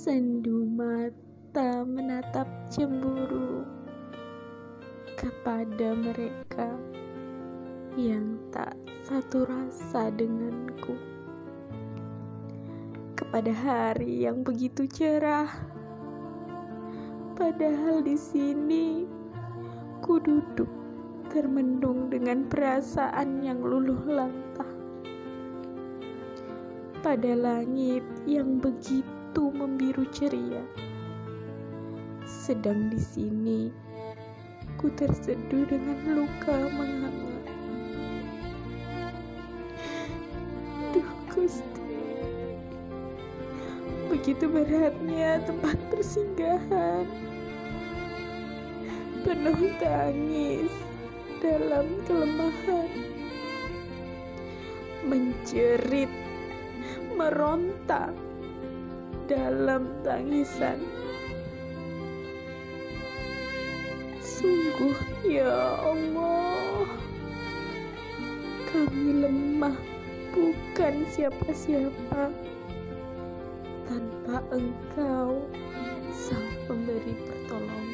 Sendu mata menatap cemburu kepada mereka yang tak satu rasa denganku, kepada hari yang begitu cerah. Padahal di sini ku duduk termenung dengan perasaan yang luluh lantah pada langit yang begitu membiru ceria. Sedang di sini ku terseduh dengan luka menghangat. Duh Gusti, begitu beratnya tempat persinggahan, penuh tangis dalam kelemahan, menjerit, meronta dalam tangisan. Sungguh ya Allah, kami lemah, bukan siapa-siapa tanpa Engkau, Sang Pemberi pertolongan.